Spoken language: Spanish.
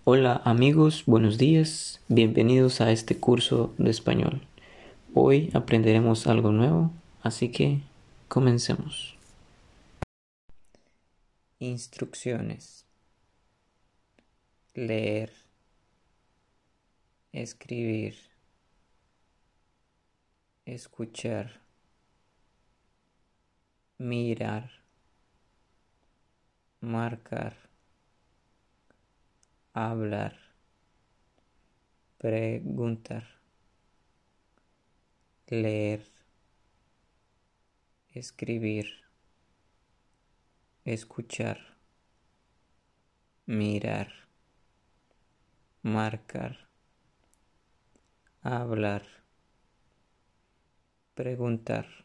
Hola amigos, buenos días, bienvenidos a este curso de español. Hoy aprenderemos algo nuevo, así que comencemos. Instrucciones. Leer, escribir, escuchar, mirar, marcar, hablar, preguntar, leer, escribir, escuchar, mirar, marcar, hablar, preguntar,